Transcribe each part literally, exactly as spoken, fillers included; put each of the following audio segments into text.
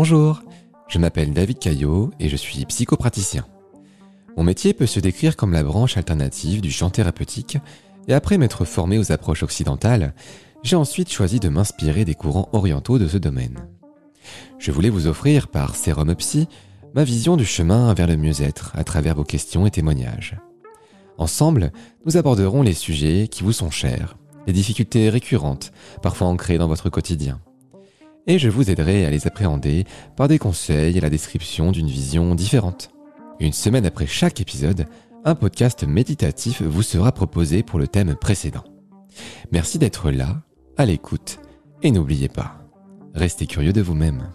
Bonjour, je m'appelle David Caillot et je suis psychopraticien. Mon métier peut se décrire comme la branche alternative du champ thérapeutique et après m'être formé aux approches occidentales, j'ai ensuite choisi de m'inspirer des courants orientaux de ce domaine. Je voulais vous offrir par Sérum Psy ma vision du chemin vers le mieux-être à travers vos questions et témoignages. Ensemble, nous aborderons les sujets qui vous sont chers, les difficultés récurrentes, parfois ancrées dans votre quotidien. Et je vous aiderai à les appréhender par des conseils et la description d'une vision différente. Une semaine après chaque épisode, un podcast méditatif vous sera proposé pour le thème précédent. Merci d'être là, à l'écoute, et n'oubliez pas, restez curieux de vous-même.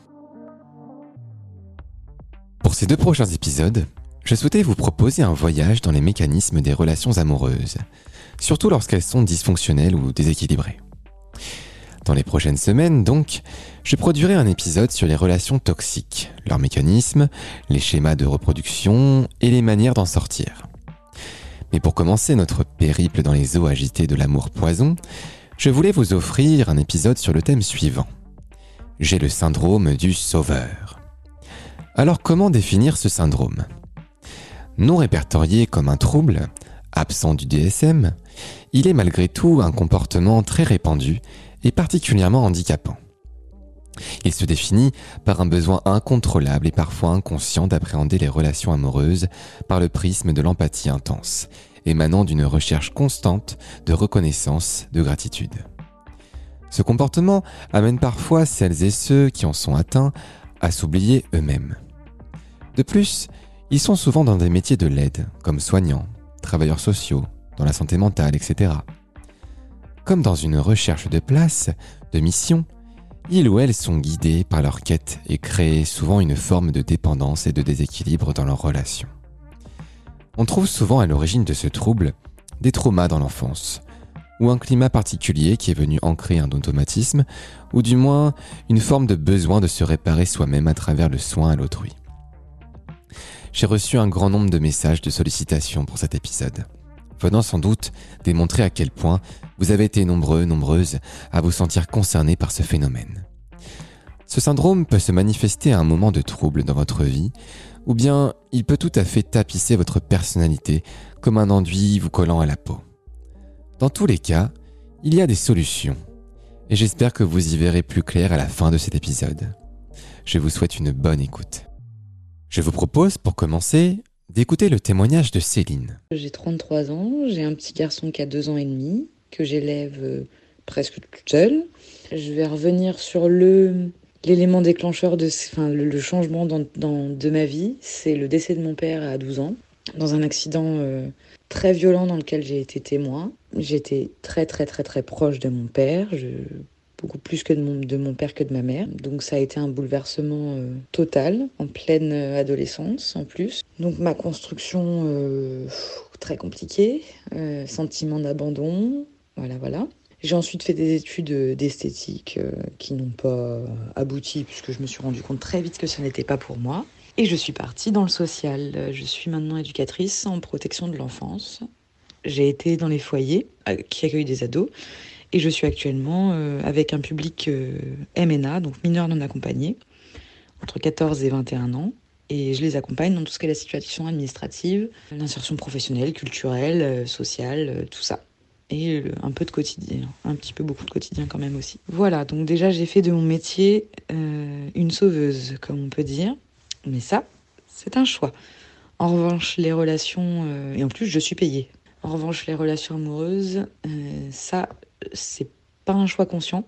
Pour ces deux prochains épisodes, je souhaitais vous proposer un voyage dans les mécanismes des relations amoureuses, surtout lorsqu'elles sont dysfonctionnelles ou déséquilibrées. Dans les prochaines semaines, donc, je produirai un épisode sur les relations toxiques, leurs mécanismes, les schémas de reproduction et les manières d'en sortir. Mais pour commencer notre périple dans les eaux agitées de l'amour poison, je voulais vous offrir un épisode sur le thème suivant. J'ai le syndrome du sauveur. Alors comment définir ce syndrome ? Non répertorié comme un trouble, absent du D S M, il est malgré tout un comportement très répandu et particulièrement handicapant. Il se définit par un besoin incontrôlable et parfois inconscient d'appréhender les relations amoureuses par le prisme de l'empathie intense, émanant d'une recherche constante de reconnaissance, de gratitude. Ce comportement amène parfois celles et ceux qui en sont atteints à s'oublier eux-mêmes. De plus, ils sont souvent dans des métiers de l'aide, comme soignants, travailleurs sociaux, dans la santé mentale, et cetera. Comme dans une recherche de place, de mission, ils ou elles sont guidés par leur quête et créent souvent une forme de dépendance et de déséquilibre dans leurs relations. On trouve souvent à l'origine de ce trouble des traumas dans l'enfance, ou un climat particulier qui est venu ancrer un automatisme, ou du moins une forme de besoin de se réparer soi-même à travers le soin à l'autrui. J'ai reçu un grand nombre de messages de sollicitations pour cet épisode, venant sans doute démontrer à quel point vous avez été nombreux, nombreuses à vous sentir concernés par ce phénomène. Ce syndrome peut se manifester à un moment de trouble dans votre vie, ou bien il peut tout à fait tapisser votre personnalité comme un enduit vous collant à la peau. Dans tous les cas, il y a des solutions, et j'espère que vous y verrez plus clair à la fin de cet épisode. Je vous souhaite une bonne écoute. Je vous propose, pour commencer, d'écouter le témoignage de Céline. J'ai trente-trois ans, j'ai un petit garçon qui a deux ans et demi, que j'élève euh, presque toute seule. Je vais revenir sur le, l'élément déclencheur, de, enfin, le, le changement dans, dans, de ma vie. C'est le décès de mon père à douze ans, dans un accident euh, très violent dans lequel j'ai été témoin. J'étais très très très très proche de mon père, je, beaucoup plus que de mon, de mon père que de ma mère. Donc ça a été un bouleversement euh, total, en pleine adolescence en plus. Donc ma construction euh, très compliquée, euh, sentiment d'abandon, voilà voilà. J'ai ensuite fait des études d'esthétique euh, qui n'ont pas abouti puisque je me suis rendu compte très vite que ce n'était pas pour moi. Et je suis partie dans le social. Je suis maintenant éducatrice en protection de l'enfance. J'ai été dans les foyers qui accueillent des ados. Et je suis actuellement euh, avec un public euh, M N A, donc mineurs non accompagnés, entre quatorze et vingt et un ans. Et je les accompagne dans tout ce qui est la situation administrative, l'insertion professionnelle, culturelle, euh, sociale, euh, tout ça. Et euh, un peu de quotidien, un petit peu beaucoup de quotidien quand même aussi. Voilà, donc déjà j'ai fait de mon métier euh, une sauveuse, comme on peut dire. Mais ça, c'est un choix. En revanche, les relations... Euh, et en plus, je suis payée. En revanche, les relations amoureuses, euh, ça... c'est pas un choix conscient,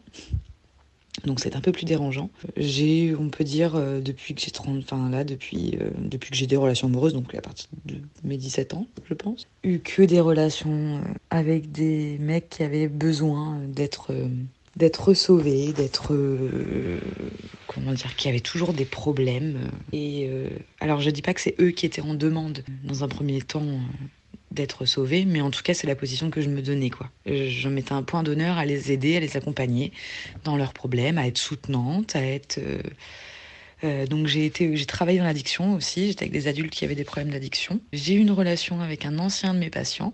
donc c'est un peu plus dérangeant. J'ai, on peut dire, euh, depuis que j'ai trente, enfin là, depuis, euh, depuis que j'ai des relations amoureuses, donc à partir de mes dix-sept ans, je pense, eu que des relations euh, avec des mecs qui avaient besoin d'être, euh, d'être sauvés, d'être, euh, comment dire, qui avaient toujours des problèmes. Et euh, alors je dis pas que c'est eux qui étaient en demande dans un premier temps. Euh, d'être sauvée, mais en tout cas c'est la position que je me donnais quoi. Je mettais un point d'honneur à les aider, à les accompagner dans leurs problèmes, à être soutenante, à être euh, euh, donc j'ai été j'ai travaillé dans l'addiction aussi, j'étais avec des adultes qui avaient des problèmes d'addiction. J'ai eu une relation avec un ancien de mes patients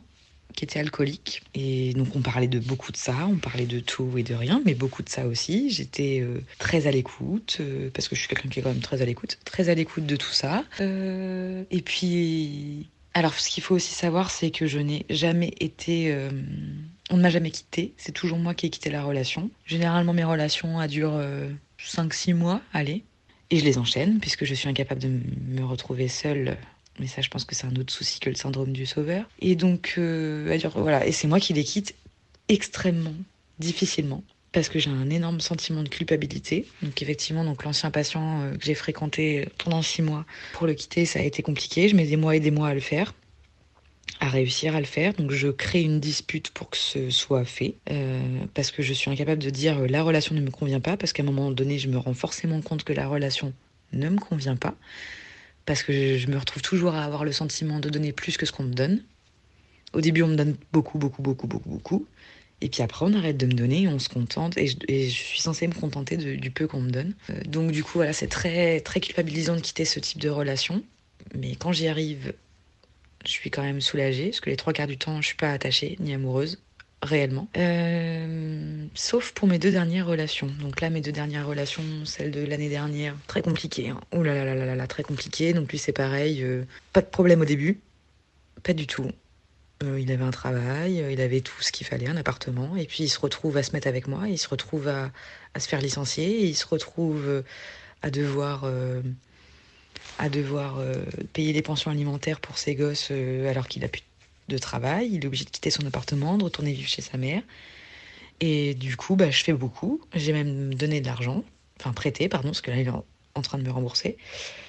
qui était alcoolique. Et donc on parlait de beaucoup de ça, on parlait de tout et de rien, mais beaucoup de ça aussi. J'étais euh, très à l'écoute, euh, parce que je suis quelqu'un qui est quand même très à l'écoute, très à l'écoute de tout ça. Euh, et puis, alors ce qu'il faut aussi savoir, c'est que je n'ai jamais été... Euh, on ne m'a jamais quitté, c'est toujours moi qui ai quitté la relation. Généralement mes relations elles durent euh, cinq six mois, allez. Et je les enchaîne, puisque je suis incapable de me retrouver seule. Mais ça, je pense que c'est un autre souci que le syndrome du sauveur. Et donc, euh, elle dure- voilà. Et c'est moi qui les quitte extrêmement difficilement, parce que j'ai un énorme sentiment de culpabilité. Donc effectivement, donc l'ancien patient euh, que j'ai fréquenté pendant six mois, pour le quitter, ça a été compliqué. Je mets des mois et des mois à le faire, à réussir à le faire. Donc je crée une dispute pour que ce soit fait, euh, parce que je suis incapable de dire euh, la relation ne me convient pas, parce qu'à un moment donné, je me rends forcément compte que la relation ne me convient pas, parce que je, je me retrouve toujours à avoir le sentiment de donner plus que ce qu'on me donne. Au début, on me donne beaucoup, beaucoup, beaucoup, beaucoup, beaucoup. Et puis après, on arrête de me donner et on se contente. Et je, et je suis censée me contenter de- du peu qu'on me donne. Euh, donc du coup, voilà, c'est très, très culpabilisant de quitter ce type de relation. Mais quand j'y arrive, je suis quand même soulagée, parce que les trois quarts du temps, je suis pas attachée ni amoureuse, réellement. Euh, sauf pour mes deux dernières relations. Donc là, mes deux dernières relations, celle de l'année dernière, très compliquée. Hein. Oh là là là là là là, très compliquée. Donc lui, c'est pareil, euh, pas de problème au début, pas du tout. Euh, il avait un travail, euh, il avait tout ce qu'il fallait, un appartement, et puis il se retrouve à se mettre avec moi, il se retrouve à, à se faire licencier, et il se retrouve euh, à devoir, euh, à devoir euh, payer les pensions alimentaires pour ses gosses euh, alors qu'il a plus de travail. Il est obligé de quitter son appartement, de retourner vivre chez sa mère. Et du coup, bah, je fais beaucoup. J'ai même donné de l'argent, enfin prêté, pardon, parce que là, il est en, en train de me rembourser.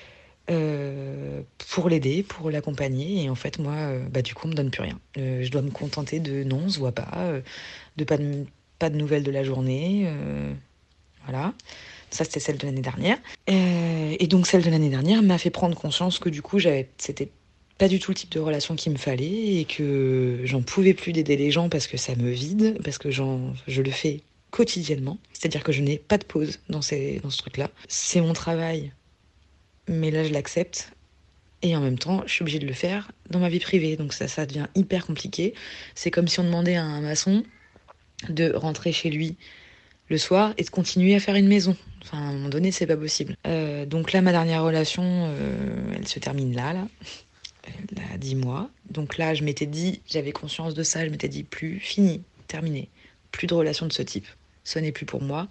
Euh, pour l'aider, pour l'accompagner. Et en fait, moi, euh, bah, du coup, on me donne plus rien. Euh, je dois me contenter de non, on se voit pas, euh, de pas de, pas de nouvelles de la journée. Euh, voilà. Ça, c'était celle de l'année dernière. Euh, et donc, celle de l'année dernière m'a fait prendre conscience que du coup, j'avais, c'était pas du tout le type de relation qu'il me fallait et que j'en pouvais plus d'aider les gens parce que ça me vide, parce que j'en, je le fais quotidiennement. C'est-à-dire que je n'ai pas de pause dans, ces, dans ce truc-là. C'est mon travail, mais là, je l'accepte. Et en même temps, je suis obligée de le faire dans ma vie privée. Donc ça, ça devient hyper compliqué. C'est comme si on demandait à un maçon de rentrer chez lui le soir et de continuer à faire une maison. Enfin, à un moment donné, c'est pas possible. Euh, donc là, ma dernière relation, euh, elle se termine là, là. Elle a dix mois. Donc là, je m'étais dit, j'avais conscience de ça, je m'étais dit, plus, fini, terminé. Plus de relation de ce type. Ce n'est plus pour moi.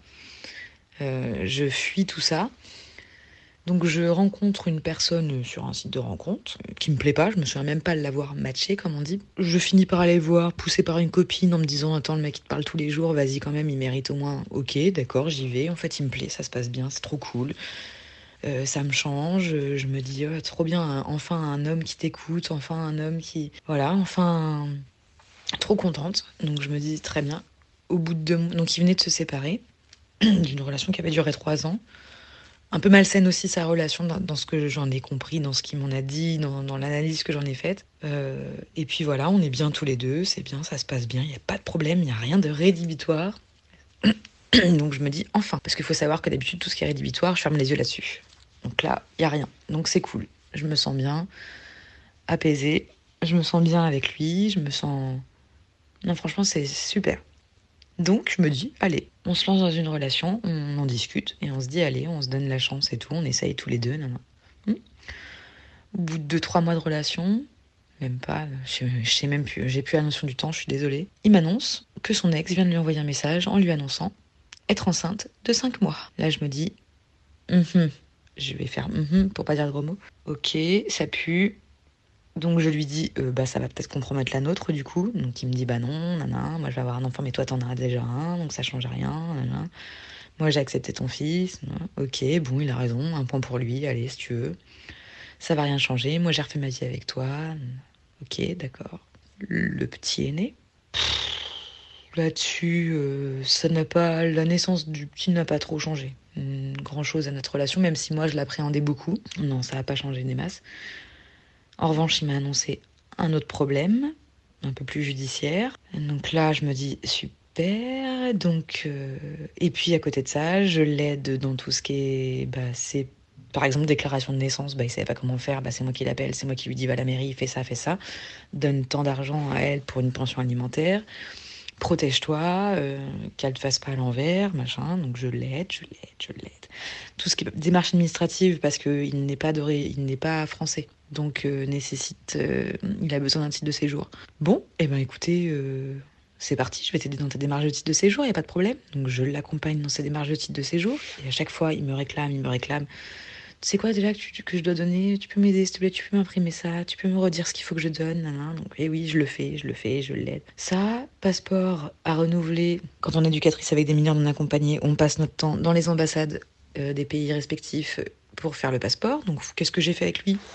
Euh, je fuis tout ça. Donc je rencontre une personne sur un site de rencontre qui me plaît pas, je me souviens même pas de l'avoir matché comme on dit. Je finis par aller le voir, poussé par une copine en me disant attends le mec il te parle tous les jours, vas-y quand même il mérite au moins. Ok d'accord j'y vais, en fait il me plaît, ça se passe bien, c'est trop cool. Euh, ça me change, je me dis oh, trop bien, hein, enfin un homme qui t'écoute, enfin un homme qui... Voilà, enfin trop contente. Donc je me dis très bien. Au bout de deux mois, donc il venait de se séparer d'une relation qui avait duré trois ans. Un peu malsaine aussi sa relation dans, dans ce que j'en ai compris, dans ce qu'il m'en a dit, dans, dans l'analyse que j'en ai faite. Euh, et puis voilà, on est bien tous les deux, c'est bien, ça se passe bien, il n'y a pas de problème, il n'y a rien de rédhibitoire. Donc je me dis enfin, parce qu'il faut savoir que d'habitude tout ce qui est rédhibitoire, je ferme les yeux là-dessus. Donc là, il n'y a rien, donc c'est cool. Je me sens bien, apaisée, je me sens bien avec lui, je me sens... Non franchement c'est super. Donc je me dis, allez, on se lance dans une relation, on en discute et on se dit, allez, on se donne la chance et tout, on essaye tous les deux. Nan, nan. Hmm. Au bout de deux, trois mois de relation, même pas, je, je sais même plus, j'ai plus la notion du temps, je suis désolée. Il m'annonce que son ex vient de lui envoyer un message en lui annonçant être enceinte de cinq mois. Là je me dis, mhm. Je vais faire mhm pour pas dire de gros mots. Ok, ça pue. Donc je lui dis, euh, bah ça va peut-être compromettre la nôtre du coup. Donc il me dit, bah non, nana, moi je vais avoir un enfant, mais toi t'en as déjà un, donc ça change rien. Nana. Moi j'ai accepté ton fils. Nana. Ok, bon, il a raison, un point pour lui, allez, si tu veux. Ça va rien changer, moi j'ai refait ma vie avec toi. Ok, d'accord. Le petit est né. Là-dessus, euh, ça n'a pas, la naissance du petit n'a pas trop changé. Grand chose à notre relation, même si moi je l'appréhendais beaucoup. Non, ça n'a pas changé des masses. En revanche, il m'a annoncé un autre problème, un peu plus judiciaire. Donc là, je me dis super. Donc, euh, et puis à côté de ça, je l'aide dans tout ce qui est bah, ses Par exemple, déclaration de naissance, bah, il savait pas comment faire, bah, c'est moi qui l'appelle, c'est moi qui lui dis va à la mairie, fais ça, fais ça. Donne tant d'argent à elle pour une pension alimentaire. Protège-toi, euh, qu'elle ne fasse pas à l'envers, machin. Donc je l'aide, je l'aide, je l'aide. Tout ce qui est démarche administrative, parce qu'il n'est pas, doré, il n'est pas français. Donc euh, nécessite, euh, il a besoin d'un titre de séjour. Bon, eh ben écoutez, euh, c'est parti, je vais t'aider dans ta démarche de titre de séjour, il n'y a pas de problème. Donc je l'accompagne dans sa démarche de titre de séjour. Et à chaque fois, il me réclame, il me réclame. Tu sais quoi déjà que, tu, que je dois donner? Tu peux m'aider, s'il te plaît, tu peux m'imprimer ça, tu peux me redire ce qu'il faut que je donne, nan, nan. Donc, et oui, je le fais, je le fais, je l'aide. Ça, passeport à renouveler. Quand on est éducatrice avec des mineurs non accompagnés, on passe notre temps dans les ambassades euh, des pays respectifs pour faire le passeport. Donc, qu'est-ce que j'ai fait avec lui?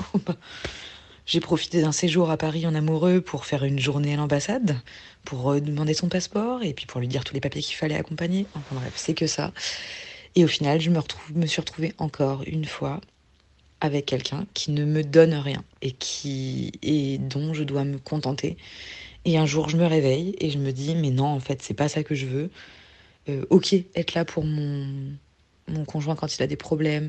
J'ai profité d'un séjour à Paris en amoureux pour faire une journée à l'ambassade, pour demander son passeport et puis pour lui dire tous les papiers qu'il fallait accompagner. Enfin bref, c'est que ça. Et au final, je me, retrouve, me suis retrouvée encore une fois avec quelqu'un qui ne me donne rien et, qui, et dont je dois me contenter. Et un jour, je me réveille et je me dis, mais non, en fait, c'est pas ça que je veux. Euh, ok, être là pour mon, mon conjoint quand il a des problèmes,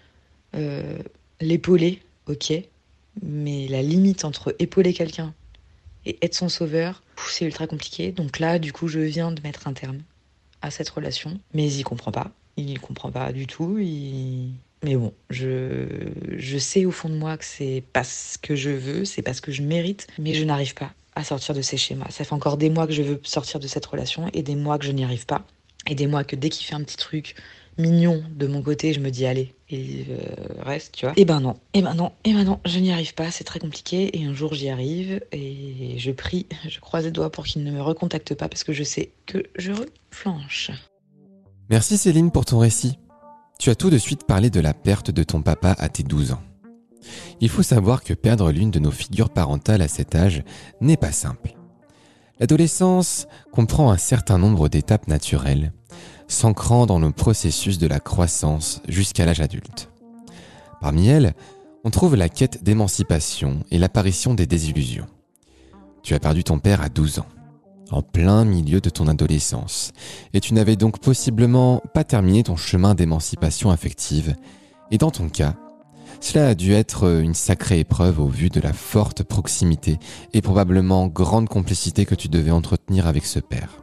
euh, l'épauler, ok. Mais la limite entre épauler quelqu'un et être son sauveur, c'est ultra compliqué. Donc là, du coup, je viens de mettre un terme à cette relation. Mais il comprend pas. Il comprend pas du tout. Il... Mais bon, je, je sais au fond de moi que c'est pas ce que je veux, c'est pas ce que je mérite, mais je n'arrive pas à sortir de ces schémas. Ça fait encore des mois que je veux sortir de cette relation et des mois que je n'y arrive pas. Et des mois que dès qu'il fait un petit truc mignon de mon côté, je me dis allez, et euh, reste, tu vois. Et ben non, et ben non, et ben non, je n'y arrive pas, c'est très compliqué. Et un jour j'y arrive et je prie, je croise les doigts pour qu'il ne me recontacte pas parce que je sais que je reflanche. Merci Céline pour ton récit. Tu as tout de suite parlé de la perte de ton papa à tes douze ans. Il faut savoir que perdre l'une de nos figures parentales à cet âge n'est pas simple. L'adolescence comprend un certain nombre d'étapes naturelles, s'ancrant dans le processus de la croissance jusqu'à l'âge adulte. Parmi elles, on trouve la quête d'émancipation et l'apparition des désillusions. Tu as perdu ton père à douze ans. En plein milieu de ton adolescence, et tu n'avais donc possiblement pas terminé ton chemin d'émancipation affective, et dans ton cas, cela a dû être une sacrée épreuve au vu de la forte proximité et probablement grande complicité que tu devais entretenir avec ce père.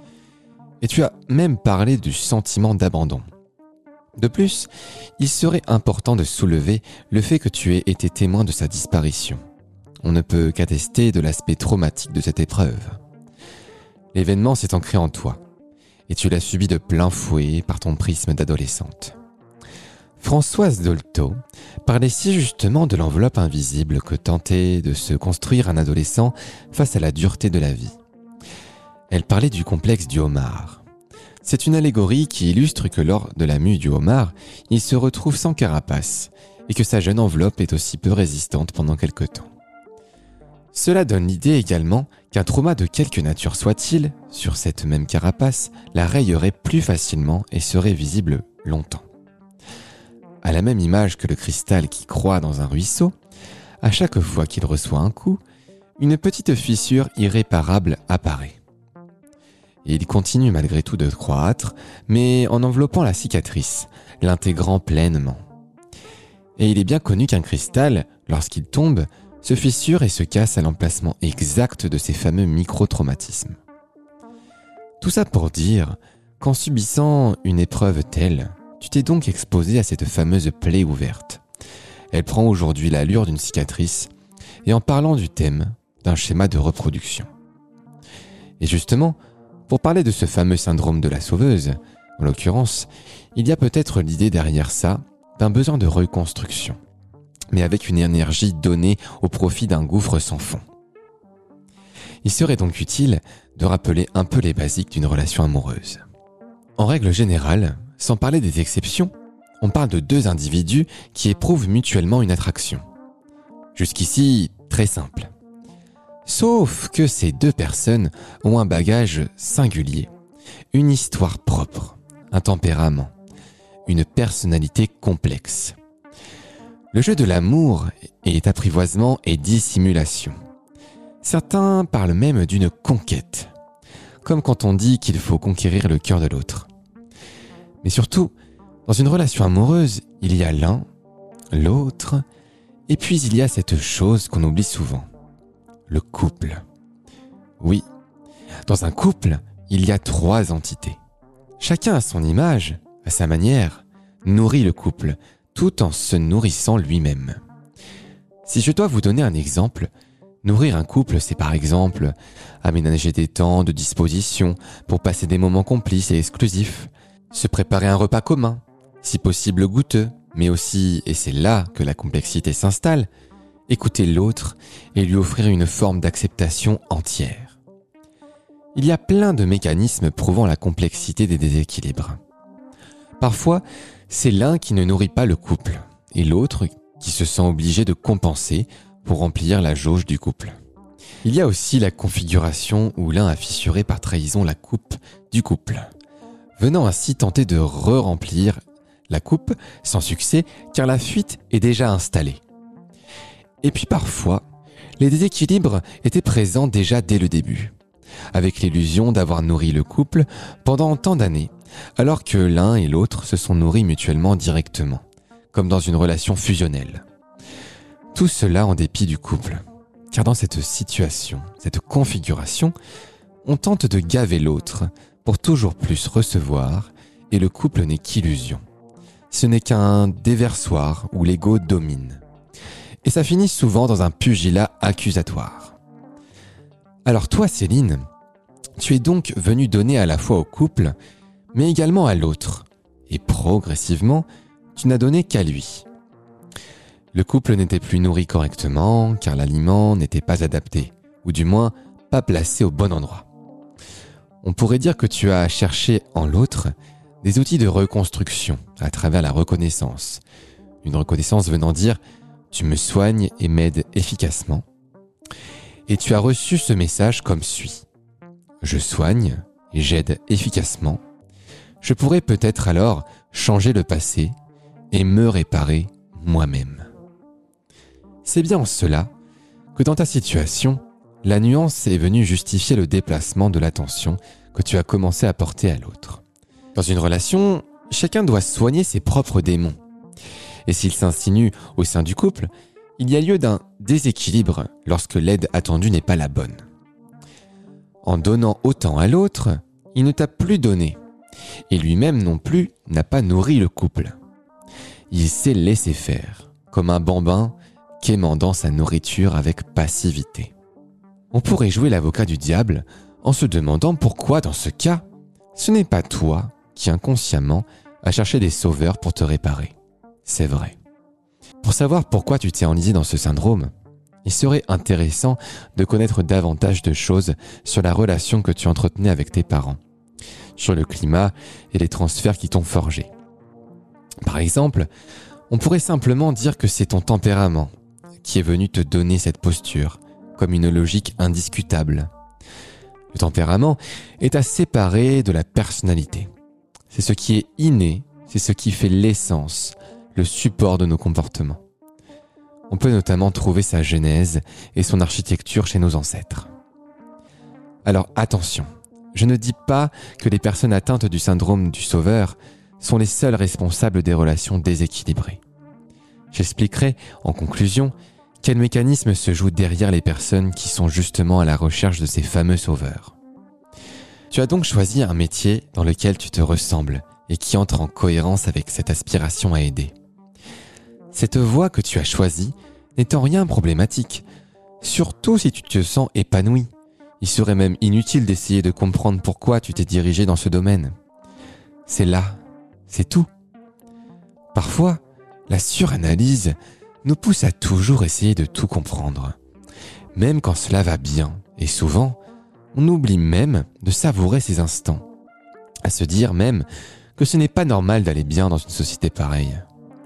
Et tu as même parlé du sentiment d'abandon. De plus, il serait important de soulever le fait que tu aies été témoin de sa disparition. On ne peut qu'attester de l'aspect traumatique de cette épreuve. L'événement s'est ancré en toi, et tu l'as subi de plein fouet par ton prisme d'adolescente. Françoise Dolto parlait si justement de l'enveloppe invisible que tentait de se construire un adolescent face à la dureté de la vie. Elle parlait du complexe du homard. C'est une allégorie qui illustre que lors de la mue du homard, il se retrouve sans carapace, et que sa jeune enveloppe est aussi peu résistante pendant quelque temps. Cela donne l'idée également qu'un trauma de quelque nature soit-il, sur cette même carapace, la rayerait plus facilement et serait visible longtemps. À la même image que le cristal qui croît dans un ruisseau, à chaque fois qu'il reçoit un coup, une petite fissure irréparable apparaît. Et il continue malgré tout de croître, mais en enveloppant la cicatrice, l'intégrant pleinement. Et il est bien connu qu'un cristal, lorsqu'il tombe, se fissure et se casse à l'emplacement exact de ces fameux micro-traumatismes. Tout ça pour dire qu'en subissant une épreuve telle, tu t'es donc exposé à cette fameuse plaie ouverte. Elle prend aujourd'hui l'allure d'une cicatrice et en parlant du thème d'un schéma de reproduction. Et justement, pour parler de ce fameux syndrome de la sauveuse, en l'occurrence, il y a peut-être l'idée derrière ça d'un besoin de reconstruction, mais avec une énergie donnée au profit d'un gouffre sans fond. Il serait donc utile de rappeler un peu les basiques d'une relation amoureuse. En règle générale, sans parler des exceptions, on parle de deux individus qui éprouvent mutuellement une attraction. Jusqu'ici, très simple. Sauf que ces deux personnes ont un bagage singulier, une histoire propre, un tempérament, une personnalité complexe. Le jeu de l'amour est apprivoisement et dissimulation. Certains parlent même d'une conquête, comme quand on dit qu'il faut conquérir le cœur de l'autre. Mais surtout, dans une relation amoureuse, il y a l'un l'autre, et puis il y a cette chose qu'on oublie souvent, le couple. Oui, dans un couple, il y a trois entités. Chacun à son image, à sa manière, nourrit le couple, tout en se nourrissant lui-même. Si je dois vous donner un exemple, nourrir un couple, c'est par exemple aménager des temps de disposition pour passer des moments complices et exclusifs, se préparer un repas commun, si possible goûteux, mais aussi, et c'est là que la complexité s'installe, écouter l'autre et lui offrir une forme d'acceptation entière. Il y a plein de mécanismes prouvant la complexité des déséquilibres. Parfois, c'est l'un qui ne nourrit pas le couple et l'autre qui se sent obligé de compenser pour remplir la jauge du couple. Il y a aussi la configuration où l'un a fissuré par trahison la coupe du couple, venant ainsi tenter de re-remplir la coupe sans succès car la fuite est déjà installée. Et puis parfois, les déséquilibres étaient présents déjà dès le début, avec l'illusion d'avoir nourri le couple pendant tant d'années, alors que l'un et l'autre se sont nourris mutuellement directement, comme dans une relation fusionnelle. Tout cela en dépit du couple, car dans cette situation, cette configuration, on tente de gaver l'autre pour toujours plus recevoir et le couple n'est qu'illusion. Ce n'est qu'un déversoir où l'ego domine. Et ça finit souvent dans un pugilat accusatoire. Alors toi, Céline, tu es donc venue donner à la fois au couple, mais également à l'autre. Et progressivement, tu n'as donné qu'à lui. Le couple n'était plus nourri correctement, car l'aliment n'était pas adapté, ou du moins pas placé au bon endroit. On pourrait dire que tu as cherché en l'autre des outils de reconstruction à travers la reconnaissance. Une reconnaissance venant dire « tu me soignes et m'aides efficacement ». Et tu as reçu ce message comme suit. « Je soigne et j'aide efficacement. Je pourrais peut-être alors changer le passé et me réparer moi-même. » C'est bien en cela que dans ta situation, la nuance est venue justifier le déplacement de l'attention que tu as commencé à porter à l'autre. Dans une relation, chacun doit soigner ses propres démons. Et s'il s'insinue au sein du couple, il y a lieu d'un déséquilibre lorsque l'aide attendue n'est pas la bonne. En donnant autant à l'autre, il ne t'a plus donné. Et lui-même non plus n'a pas nourri le couple. Il s'est laissé faire, comme un bambin quémandant sa nourriture avec passivité. On pourrait jouer l'avocat du diable en se demandant pourquoi, dans ce cas, ce n'est pas toi qui inconsciemment a cherché des sauveurs pour te réparer. C'est vrai. Pour savoir pourquoi tu t'es enlisé dans ce syndrome, il serait intéressant de connaître davantage de choses sur la relation que tu entretenais avec tes parents, sur le climat et les transferts qui t'ont forgé. Par exemple, on pourrait simplement dire que c'est ton tempérament qui est venu te donner cette posture, comme une logique indiscutable. Le tempérament est à séparer de la personnalité. C'est ce qui est inné, c'est ce qui fait l'essence, le support de nos comportements. On peut notamment trouver sa genèse et son architecture chez nos ancêtres. Alors attention, je ne dis pas que les personnes atteintes du syndrome du sauveur sont les seuls responsables des relations déséquilibrées. J'expliquerai, en conclusion, quel mécanisme se joue derrière les personnes qui sont justement à la recherche de ces fameux sauveurs. Tu as donc choisi un métier dans lequel tu te ressembles et qui entre en cohérence avec cette aspiration à aider. Cette voie que tu as choisie n'est en rien problématique, surtout si tu te sens épanoui. Il serait même inutile d'essayer de comprendre pourquoi tu t'es dirigé dans ce domaine. C'est là, c'est tout. Parfois, la suranalyse nous pousse à toujours essayer de tout comprendre, même quand cela va bien, et souvent, on oublie même de savourer ces instants, à se dire même que ce n'est pas normal d'aller bien dans une société pareille.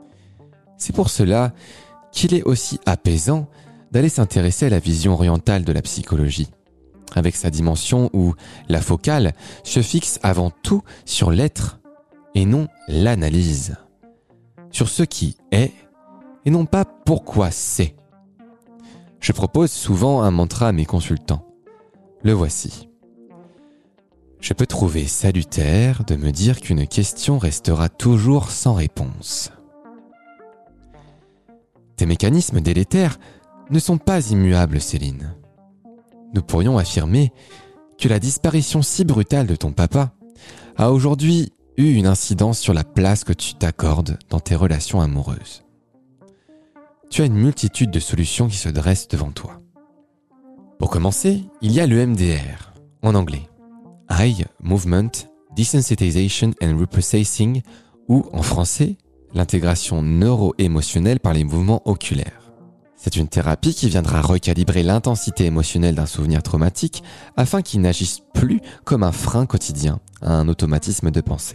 C'est pour cela qu'il est aussi apaisant d'aller s'intéresser à la vision orientale de la psychologie, avec sa dimension où la focale se fixe avant tout sur l'être et non l'analyse, sur ce qui est et non pas pourquoi c'est. Je propose souvent un mantra à mes consultants. Le voici. Je peux trouver salutaire de me dire qu'une question restera toujours sans réponse. Tes mécanismes délétères ne sont pas immuables, Céline. Nous pourrions affirmer que la disparition si brutale de ton papa a aujourd'hui eu une incidence sur la place que tu t'accordes dans tes relations amoureuses. Tu as une multitude de solutions qui se dressent devant toi. Pour commencer, il y a le M D R, en anglais. Eye Movement Desensitization and Reprocessing, ou en français, l'intégration neuro-émotionnelle par les mouvements oculaires. C'est une thérapie qui viendra recalibrer l'intensité émotionnelle d'un souvenir traumatique afin qu'il n'agisse plus comme un frein quotidien à un automatisme de pensée.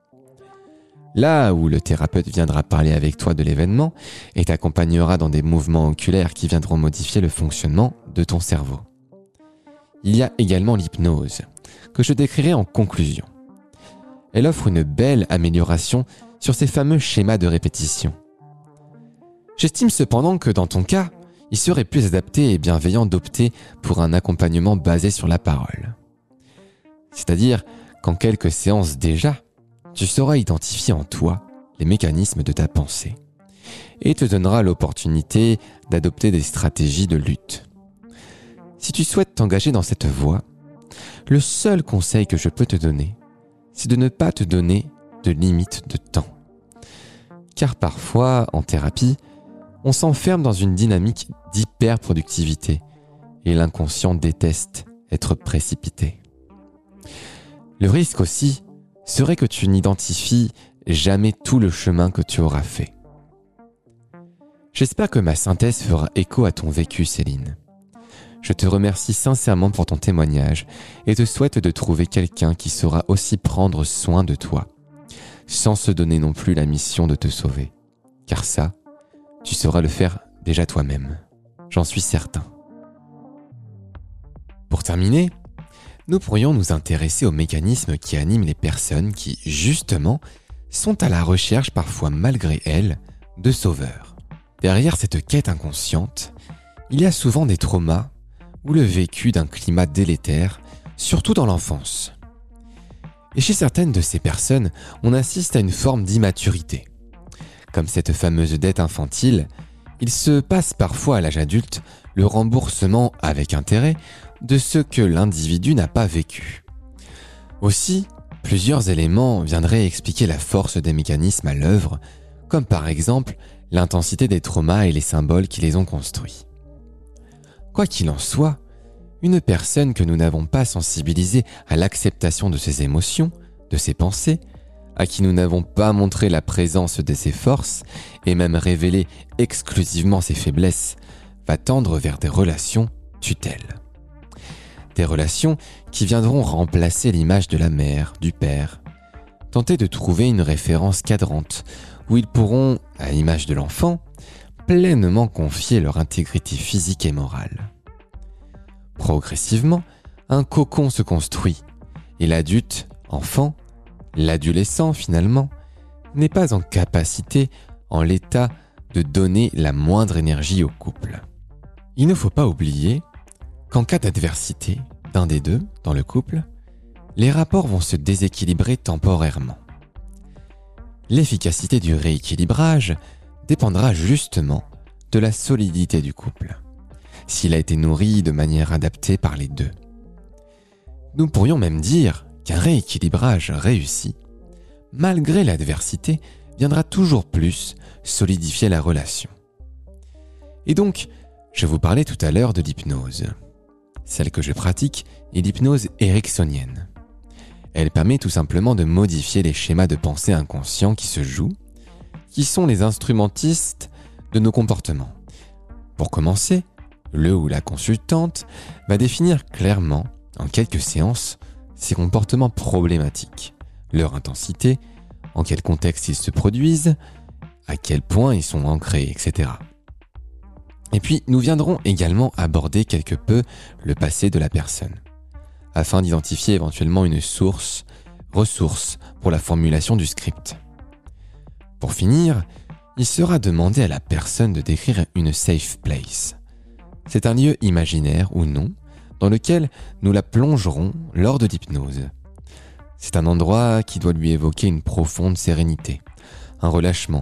Là où le thérapeute viendra parler avec toi de l'événement et t'accompagnera dans des mouvements oculaires qui viendront modifier le fonctionnement de ton cerveau. Il y a également l'hypnose, que je décrirai en conclusion. Elle offre une belle amélioration sur ces fameux schémas de répétition. J'estime cependant que dans ton cas, il serait plus adapté et bienveillant d'opter pour un accompagnement basé sur la parole. C'est-à-dire qu'en quelques séances déjà, tu sauras identifier en toi les mécanismes de ta pensée et te donnera l'opportunité d'adopter des stratégies de lutte. Si tu souhaites t'engager dans cette voie, le seul conseil que je peux te donner, c'est de ne pas te donner de limite de temps. Car parfois, en thérapie, on s'enferme dans une dynamique d'hyperproductivité et l'inconscient déteste être précipité. Le risque aussi serait que tu n'identifies jamais tout le chemin que tu auras fait. J'espère que ma synthèse fera écho à ton vécu, Céline. Je te remercie sincèrement pour ton témoignage et te souhaite de trouver quelqu'un qui saura aussi prendre soin de toi, sans se donner non plus la mission de te sauver. Car ça, tu sauras le faire déjà toi-même. J'en suis certain. Pour terminer, nous pourrions nous intéresser aux mécanismes qui animent les personnes qui, justement, sont à la recherche, parfois malgré elles, de sauveurs. Derrière cette quête inconsciente, il y a souvent des traumas ou le vécu d'un climat délétère, surtout dans l'enfance. Et chez certaines de ces personnes, on assiste à une forme d'immaturité. Comme cette fameuse dette infantile, il se passe parfois à l'âge adulte le remboursement avec intérêt de ce que l'individu n'a pas vécu. Aussi, plusieurs éléments viendraient expliquer la force des mécanismes à l'œuvre, comme par exemple l'intensité des traumas et les symboles qui les ont construits. Quoi qu'il en soit, une personne que nous n'avons pas sensibilisée à l'acceptation de ses émotions, de ses pensées, à qui nous n'avons pas montré la présence de ses forces et même révélé exclusivement ses faiblesses, va tendre vers des relations tutelles. Des relations qui viendront remplacer l'image de la mère, du père, tenter de trouver une référence cadrante où ils pourront, à l'image de l'enfant, pleinement confier leur intégrité physique et morale. Progressivement, un cocon se construit et l'adulte, enfant, l'adolescent finalement, n'est pas en capacité, en l'état, de donner la moindre énergie au couple. Il ne faut pas oublier qu'en cas d'adversité d'un des deux dans le couple, les rapports vont se déséquilibrer temporairement. L'efficacité du rééquilibrage dépendra justement de la solidité du couple, s'il a été nourri de manière adaptée par les deux. Nous pourrions même dire qu'un rééquilibrage réussi, malgré l'adversité, viendra toujours plus solidifier la relation. Et donc, je vous parlais tout à l'heure de l'hypnose. Celle que je pratique est l'hypnose ericksonienne. Elle permet tout simplement de modifier les schémas de pensée inconscients qui se jouent, qui sont les instrumentistes de nos comportements. Pour commencer, le ou la consultante va définir clairement, en quelques séances, ces comportements problématiques, leur intensité, en quel contexte ils se produisent, à quel point ils sont ancrés, et cetera. Et puis, nous viendrons également aborder quelque peu le passé de la personne, afin d'identifier éventuellement une source, ressource pour la formulation du script. Pour finir, il sera demandé à la personne de décrire une safe place. C'est un lieu imaginaire ou non, dans lequel nous la plongerons lors de l'hypnose. C'est un endroit qui doit lui évoquer une profonde sérénité, un relâchement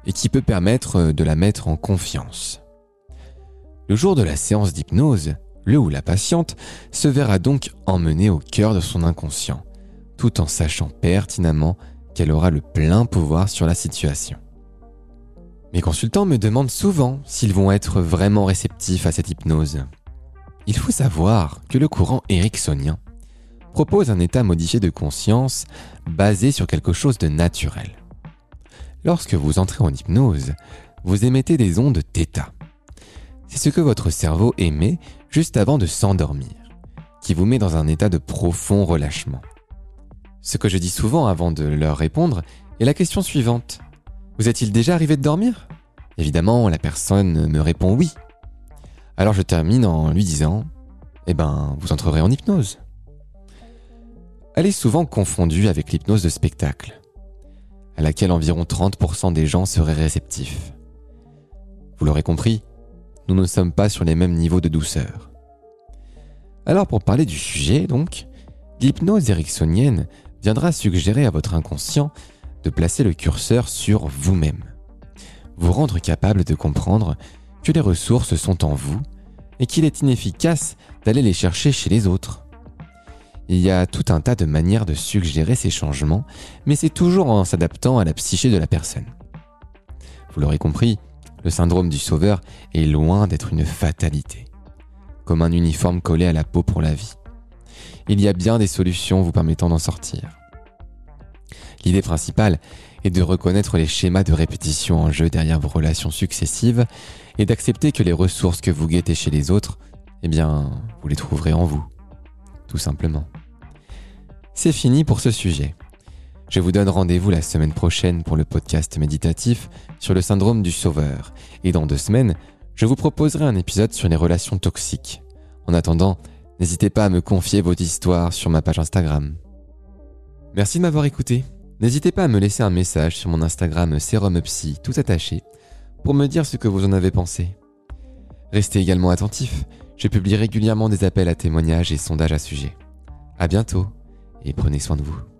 et qui peut permettre de la mettre en confiance. Le jour de la séance d'hypnose, le ou la patiente se verra donc emmenée au cœur de son inconscient, tout en sachant pertinemment qu'elle aura le plein pouvoir sur la situation. Mes consultants me demandent souvent s'ils vont être vraiment réceptifs à cette hypnose. Il faut savoir que le courant ericksonien propose un état modifié de conscience basé sur quelque chose de naturel. Lorsque vous entrez en hypnose, vous émettez des ondes θ. C'est ce que votre cerveau émet juste avant de s'endormir, qui vous met dans un état de profond relâchement. Ce que je dis souvent avant de leur répondre est la question suivante. Vous est-il déjà arrivé de dormir ? Évidemment, la personne me répond oui. Alors je termine en lui disant « Eh ben, vous entrerez en hypnose ». Elle est souvent confondue avec l'hypnose de spectacle, à laquelle environ trente pour cent des gens seraient réceptifs. Vous l'aurez compris, nous ne sommes pas sur les mêmes niveaux de douceur. Alors pour parler du sujet, donc, l'hypnose ericksonienne viendra suggérer à votre inconscient de placer le curseur sur vous-même, vous rendre capable de comprendre que les ressources sont en vous et qu'il est inefficace d'aller les chercher chez les autres. Il y a tout un tas de manières de suggérer ces changements, mais c'est toujours en s'adaptant à la psyché de la personne. Vous l'aurez compris, le syndrome du sauveur est loin d'être une fatalité, comme un uniforme collé à la peau pour la vie. Il y a bien des solutions vous permettant d'en sortir. L'idée principale est de reconnaître les schémas de répétition en jeu derrière vos relations successives et d'accepter que les ressources que vous guettez chez les autres, eh bien, vous les trouverez en vous, tout simplement. C'est fini pour ce sujet. Je vous donne rendez-vous la semaine prochaine pour le podcast méditatif sur le syndrome du sauveur. Et dans deux semaines, je vous proposerai un épisode sur les relations toxiques. En attendant, n'hésitez pas à me confier votre histoire sur ma page Instagram. Merci de m'avoir écouté. N'hésitez pas à me laisser un message sur mon Instagram serumupsy, tout attaché, pour me dire ce que vous en avez pensé. Restez également attentifs, je publie régulièrement des appels à témoignages et sondages à sujet. À bientôt et prenez soin de vous.